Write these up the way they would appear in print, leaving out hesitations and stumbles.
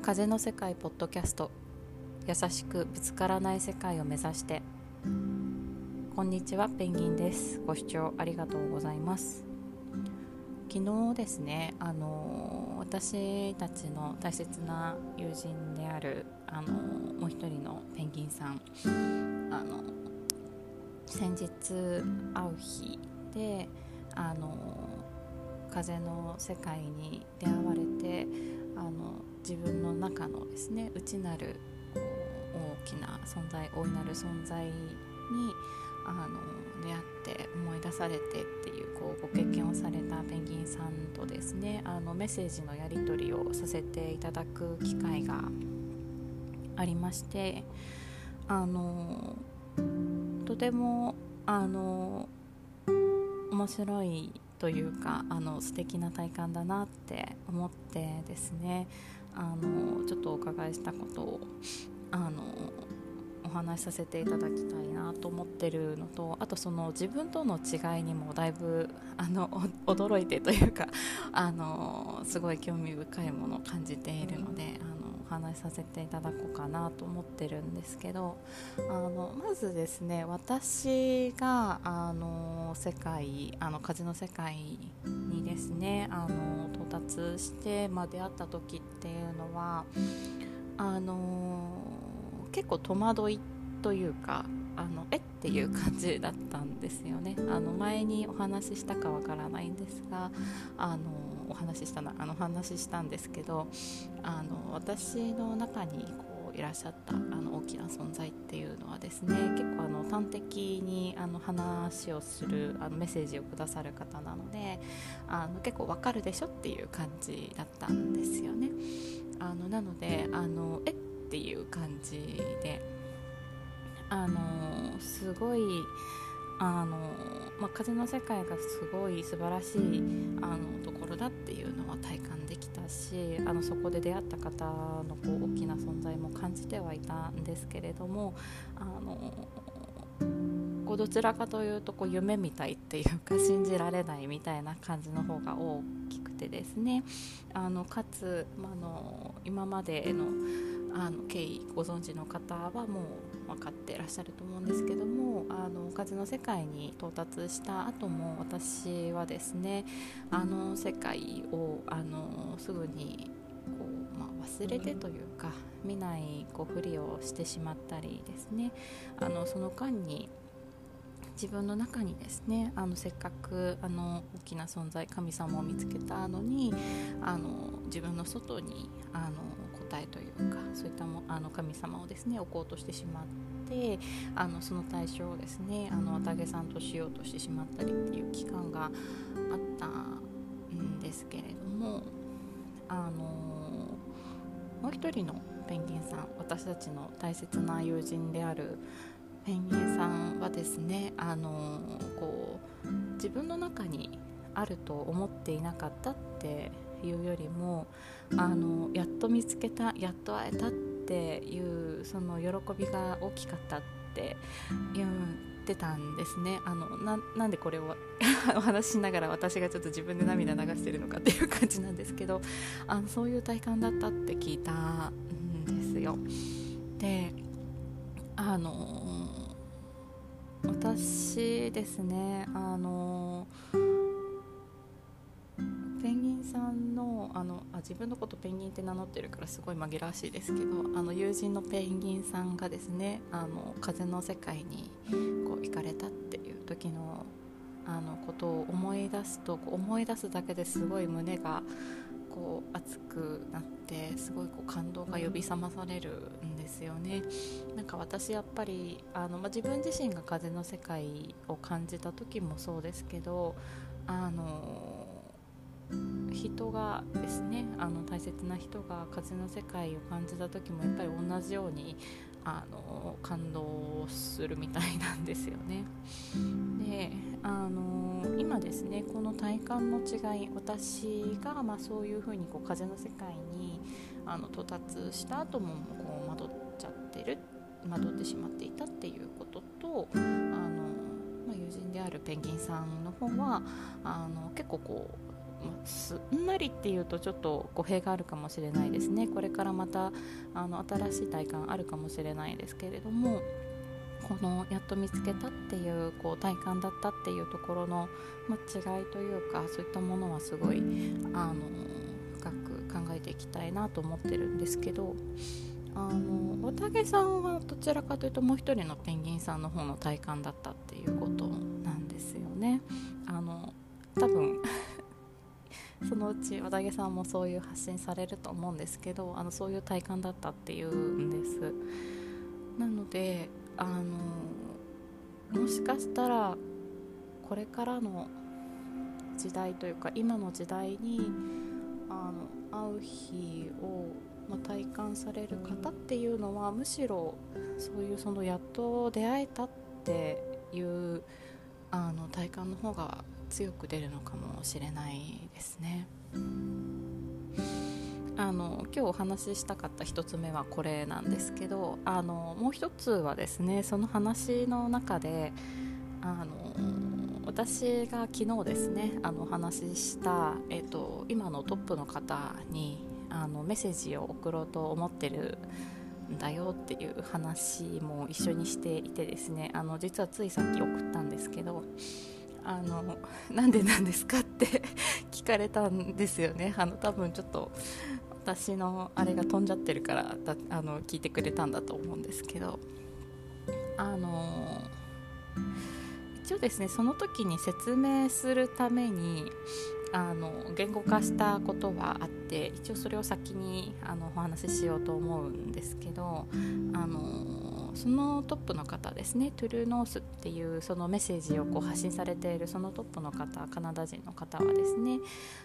風の世界ポッドキャスト、優しくぶつからない世界を目指して。こんにちは、ペンギンです。ご視聴ありがとうございます。昨日ですね、私たちの大切な友人であるもう一人のペンギンさん、先日会う日で風の世界に出会われて、自分の中のですね、内なる大きな存在、大いなる存在に出会って思い出されてっていう、ご経験をされたペンギンさんとですね、メッセージのやり取りをさせていただく機会がありまして、とても面白いというか素敵な体感だなって思ってですね、ちょっとお伺いしたことをお話しさせていただきたいなと思ってるのと、あとその自分との違いにもだいぶ驚いてというかすごい興味深いものを感じているのでお話しさせていただこうかなと思ってるんですけど、まずですね、私が風の世界にですね到達して、出会った時っていうのは結構戸惑いというかっていう感じだったんですよね。前にお話ししたかわからないんですがお話ししたんですけど私の中にいらっしゃった大きな存在っていうのはですね、結構端的に話をするメッセージをくださる方なので結構わかるでしょっていう感じだったんですよね。なのでっていう感じですごい風の世界がすごい素晴らしいところだっていうのは体感できたし、そこで出会った方の大きな存在も感じてはいたんですけれども、どちらかというと夢みたいっていうか信じられないみたいな感じの方が大きくてですね、かつ、今までの経緯ご存知の方はもう分かっていらっしゃると思うんですけども、風の世界に到達した後も私はですね世界をすぐに忘れてというか見ないふりをしてしまったりですね、その間に自分の中にですねせっかく大きな存在神様を見つけたのに自分の外に答えというかそういった神様をですね置こうとしてしまってその対象をですね綿毛さんとしようとしてしまったりっていう期間があったんですけれども、もう一人のペンギンさん、私たちの大切な友人であるペンギンさんはですね自分の中にあると思っていなかったっていうよりもやっと見つけた、やっと会えたっていうその喜びが大きかったって言ってたんですね。なんでこれをお話ししながら私がちょっと自分で涙流してるのかっていう感じなんですけどそういう体感だったって聞いたんですよ。で私ですねペンギンさんの自分のことペンギンって名乗ってるからすごい紛らわしいですけど友人のペンギンさんがですね風の世界に行かれたっていう時のことを思い出すと思い出すだけですごい胸が熱くなってすごい感動が呼び覚まされるんですよね。なんか私やっぱり自分自身が風の世界を感じた時もそうですけど人がですね大切な人が風の世界を感じた時もやっぱり同じように感動するみたいなんですよね。で今ですねこの体感の違い、私がそういうふうに風の世界に到達した後も惑ってしまっていたっていうことと友人であるペンギンさんの方は結構すんなりっていうとちょっと語弊があるかもしれないですね。これからまた新しい体感あるかもしれないですけれども、このやっと見つけたっていう、体感だったっていうところの、違いというか、そういったものはすごい深く考えていきたいなと思ってるんですけど、綿毛さんはどちらかというともう一人のペンギンさんの方の体感だったっていうことなんですよね。多分そのうち綿毛さんもそういう発信されると思うんですけど、そういう体感だったっていうんです。なのでもしかしたらこれからの時代というか今の時代に会う日を、体感される方っていうのはむしろそういうそのやっと出会えたっていう体感の方が強く出るのかもしれないですね。今日お話ししたかった一つ目はこれなんですけど、もう一つはですね、その話の中で私が昨日ですねお話しした、今のトップの方にメッセージを送ろうと思ってるんだよっていう話も一緒にしていてですね、実はついさっき送ったんですけど、なんでなんですかって聞かれたんですよね。多分ちょっと私のあれが飛んじゃってるから聞いてくれたんだと思うんですけど、一応ですね、その時に説明するために言語化したことはあって、一応それを先にお話ししようと思うんですけど、そのトップの方ですね、トゥルーノースっていうそのメッセージを発信されているそのトップの方、カナダ人の方はですね、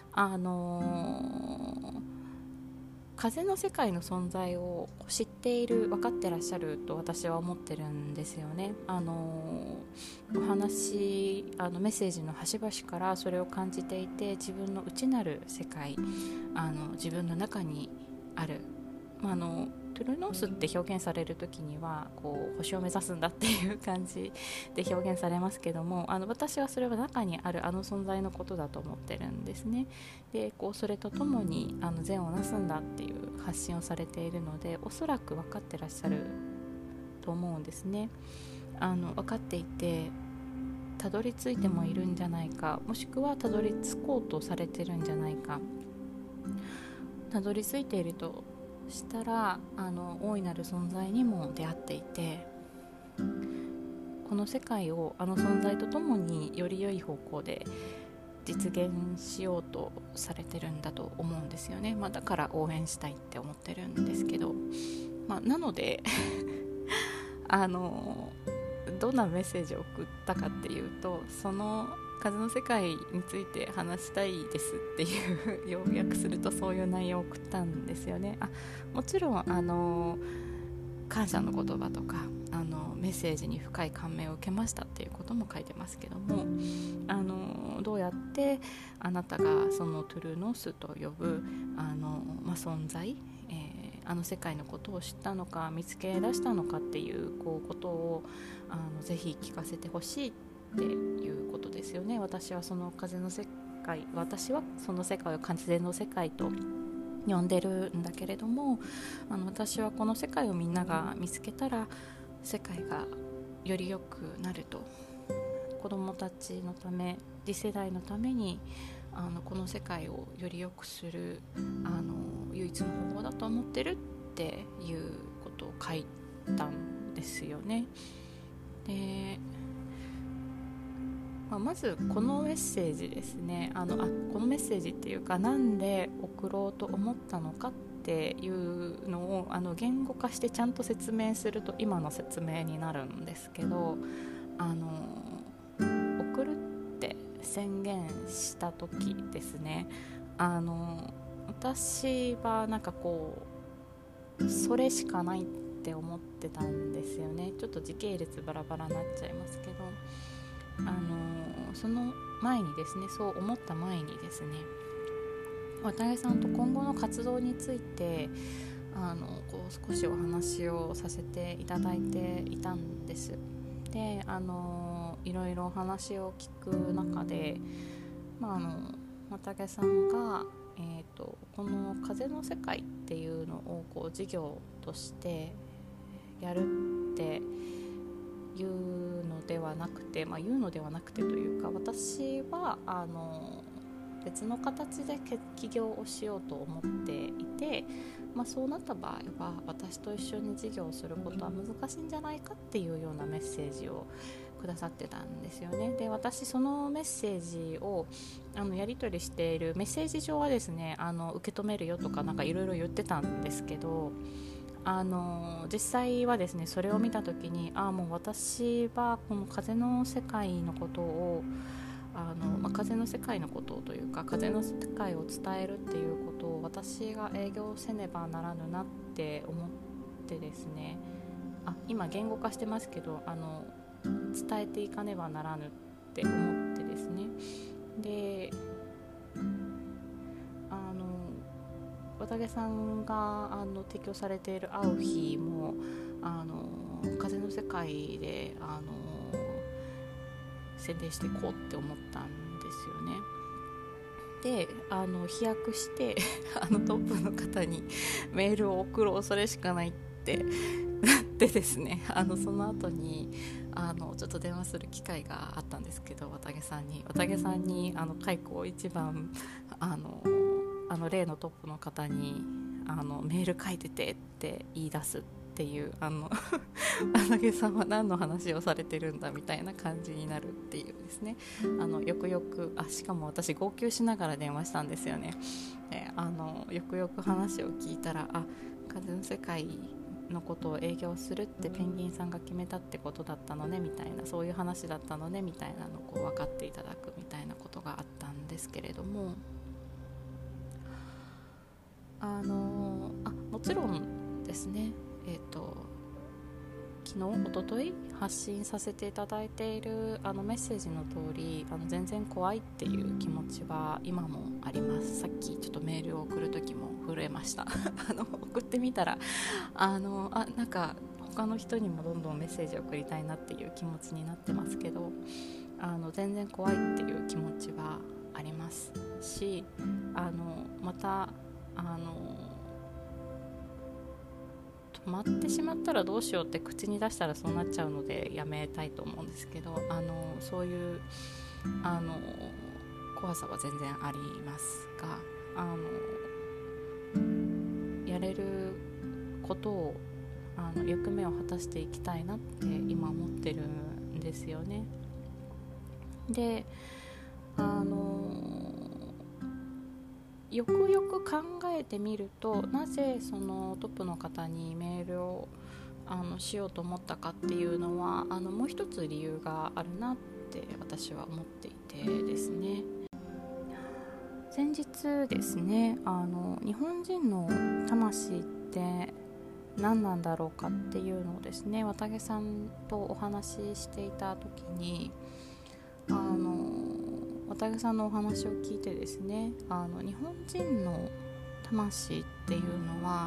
風の世界の存在を知っている、分かってらっしゃると私は思ってるんですよね。お話メッセージの端々からそれを感じていて、自分の内なる世界、自分の中にある、トゥルノースって表現される時には星を目指すんだっていう感じで表現されますけども、私はそれは中にある存在のことだと思ってるんですね。でそれとともに善をなすんだっていう発信をされているので、おそらく分かってらっしゃると思うんですね。分かっていてたどり着いてもいるんじゃないか、もしくはたどり着こうとされてるんじゃないか。たどり着いているとしたら大いなる存在にも出会っていて、この世界を存在とともにより良い方向で実現しようとされてるんだと思うんですよね。だから応援したいって思ってるんですけど、なのでどんなメッセージを送ったかっていうと、その風の世界について話したいですっていう要約するとそういう内容を送ったんですよね。もちろん感謝の言葉とかメッセージに深い感銘を受けましたっていうことも書いてますけども、どうやってあなたがそのトゥルーノースと呼ぶ存在、世界のことを知ったのか見つけ出したのかっていうことをぜひ聞かせてほしいっていうことですよね。私はその風の世界、私はその世界を風の世界と呼んでるんだけれども、私はこの世界をみんなが見つけたら世界がより良くなると、子どもたちのため、次世代のためにこの世界をより良くする唯一の方法だと思ってるっていうことを書いたんですよね。でまずこのメッセージですね、このメッセージっていうか、なんで送ろうと思ったのかっていうのを言語化してちゃんと説明すると今の説明になるんですけど、送るって宣言した時ですね、私はそれしかないって思ってたんですよね。ちょっと時系列バラバラになっちゃいますけど、その前にですね、そう思った前にですね、渡辺さんと今後の活動について少しお話をさせていただいていたんです。でいろいろお話を聞く中で、 綿毛さんが、この風の世界っていうのをこう事業としてやるっていうのではなくて、言うのではなくてというか、私は別の形で起業をしようと思っていて、そうなった場合は私と一緒に事業をすることは難しいんじゃないかっていうようなメッセージをくださってたんですよね。で、私そのメッセージをやり取りしているメッセージ上はですね、受け止めるよとかいろいろ言ってたんですけど、実際はですね、それを見た時にもう私はこの風の世界のことを風の世界のことというか、風の世界を伝えるっていうことを私が営業せねばならぬなって思ってですね、今言語化してますけど、伝えていかねばならぬって思ってですね、で綿毛さんが提供されている会う日も風の世界で宣伝していこうって思ったんですよね。で飛躍してトップの方にメールを送る恐れしかないってなってですね、その後にちょっと電話する機会があったんですけど、綿毛さんに解雇一番例のトップの方にメール書いててって言い出すっていう綿毛さんは何の話をされてるんだみたいな感じになるっていうですね、よくよくしかも私号泣しながら電話したんですよね。よくよく話を聞いたら風の世界のことを営業するってペンギンさんが決めたってことだったのねみたいな、そういう話だったのねみたいなのをこう分かっていただくみたいなことがあったんですけれども、もちろんですね、昨日一昨日発信させていただいているメッセージの通り全然怖いっていう気持ちは今もあります。さっきちょっとメールを送る時も震えました送ってみたらなんか他の人にもどんどんメッセージを送りたいなっていう気持ちになってますけど、全然怖いっていう気持ちはありますし、また止まってしまったらどうしようって口に出したらそうなっちゃうのでやめたいと思うんですけど、そういう怖さは全然ありますが、やれることを役目を果たしていきたいなって今思ってるんですよね。でよくよく考えてみると、なぜそのトップの方にメールをしようと思ったかっていうのはもう一つ理由があるなって私は思っていてですね、先日ですね日本人の魂って何なんだろうかっていうのをですね、綿毛さんとお話ししていた時に綿毛さんのお話を聞いてですね、日本人の魂っていうのは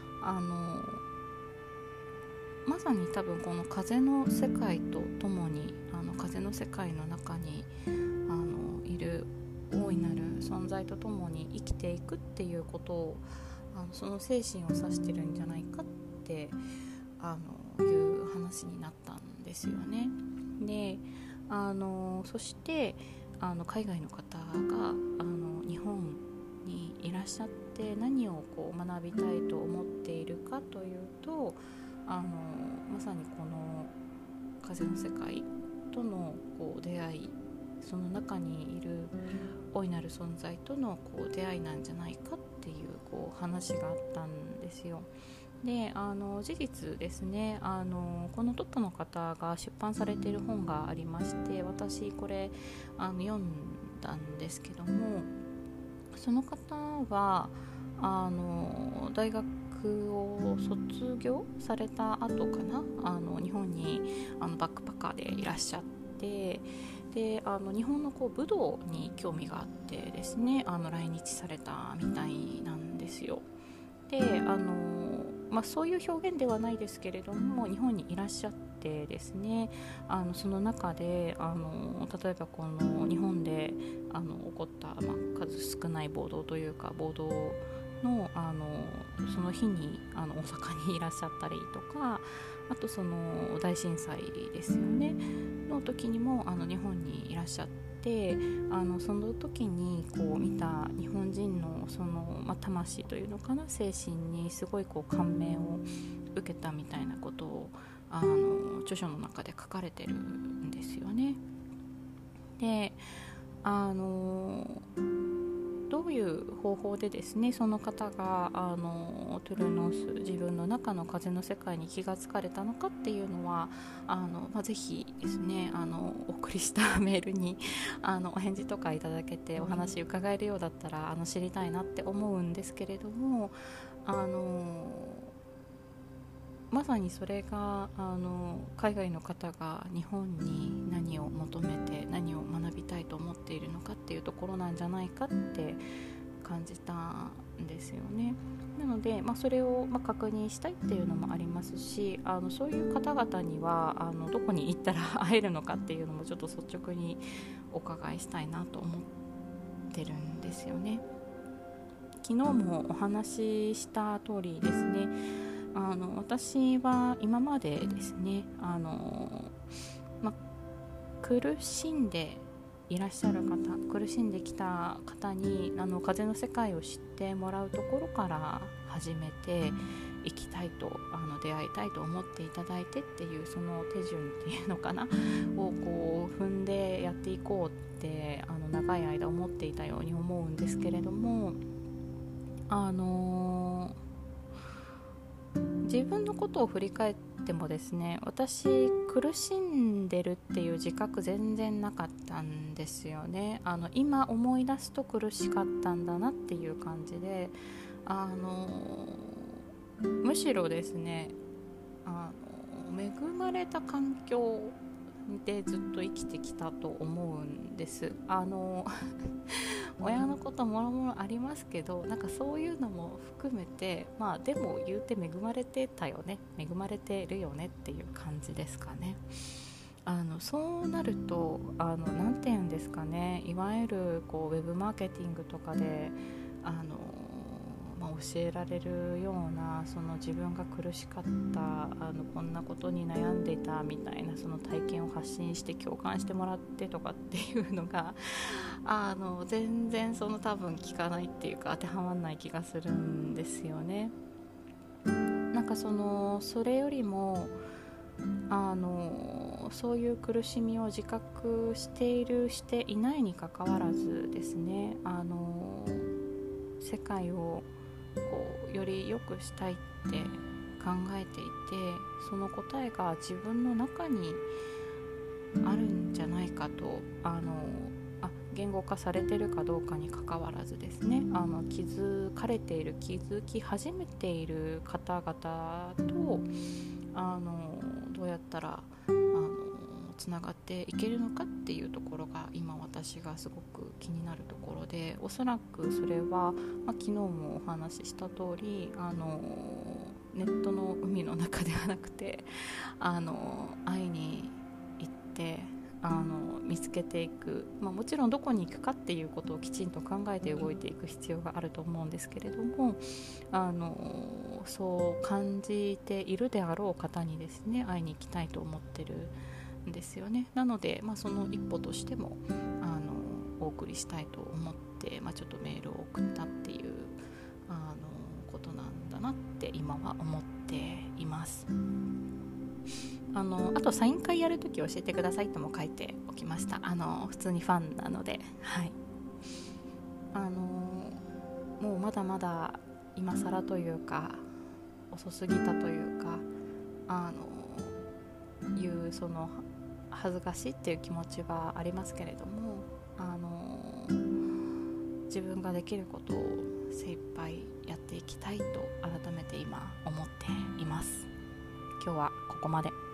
まさに多分この風の世界とともに風の世界の中にいる大いなる存在とともに生きていくっていうことをその精神を指してるんじゃないかっていう話になったんですよね。でそして海外の方が日本にいらっしゃって何をこう学びたいと思っているかというとまさにこの風の世界とのこう出会い、その中にいる大いなる存在とのこう出会いなんじゃないかっていうこう話があったんですよ。で事実ですねこのトップの方が出版されている本がありまして、私これ読んだんですけども、その方は大学を卒業された後かな日本にバックパッカーでいらっしゃって、で日本のこう武道に興味があってですね来日されたみたいなんですよ。でそういう表現ではないですけれども、日本にいらっしゃってですね、その中で例えばこの日本で起こった、数少ない暴動というか、暴動の、その日に大阪にいらっしゃったりとか、あとその大震災ですよねの時にも日本にいらっしゃって、その時にこう見た日本人のその、魂というのかな、精神にすごいこう感銘を受けたみたいなことを著書の中で書かれてるんですよね。でどういう方法でですね、その方がトゥルノース、自分の中の風の世界に気がつかれたのかっていうのはぜひですねお送りしたメールにお返事とかいただけてお話伺えるようだったら知りたいなって思うんですけれども、まさにそれが海外の方が日本に何を求めて何を学びたいと思っているのかっていうところなんじゃないかって感じたんですよね。なので、それを確認したいっていうのもありますし、そういう方々にはどこに行ったら会えるのかっていうのもちょっと率直にお伺いしたいなと思ってるんですよね。昨日もお話しした通りですね、私は今までですね苦しんでいらっしゃる方、苦しんできた方に風の世界を知ってもらうところから始めていきたいと出会いたいと思っていただいてっていう、その手順っていうのかなをこう踏んでやっていこうって長い間思っていたように思うんですけれども、自分のことを振り返ってもですね、私苦しんでるっていう自覚全然なかったんですよね。今思い出すと苦しかったんだなっていう感じで、むしろですね恵まれた環境でずっと生きてきたと思うんです。親のこともろもろありますけど、なんかそういうのも含めてでも言うて恵まれてたよね、恵まれてるよねっていう感じですかね。そうなるとなんて言うんですかね、いわゆるこうウェブマーケティングとかで教えられるような、その自分が苦しかったこんなことに悩んでいたみたいなその体験を発信して共感してもらってとかっていうのが全然その多分効かないっていうか当てはまらない気がするんですよね。なんかそれよりもそういう苦しみを自覚しているしていないにかかわらずですね、世界をこうより良くしたいって考えていて、その答えが自分の中にあるんじゃないかと言語化されてるかどうかにかかわらずですね、気づかれている、気づき始めている方々とどうやったらつながっていけるのかっていうところが今私がすごく気になるところで、おそらくそれは、昨日もお話しした通りネットの海の中ではなくて会いに行って見つけていく、もちろんどこに行くかっていうことをきちんと考えて動いていく必要があると思うんですけれども、そう感じているであろう方にですね会いに行きたいと思ってるんですよね。なので、その一歩としてもお送りしたいと思って、ちょっとメールを送ったっていうことなんだなって今は思っています。あとサイン会やるとき教えてくださいとも書いておきました。普通にファンなので、はい、もうまだまだ今更というか遅すぎたというかいうその恥ずかしいっていう気持ちはありますけれども、自分ができることを精一杯やっていきたいと改めて今思っています。今日はここまで。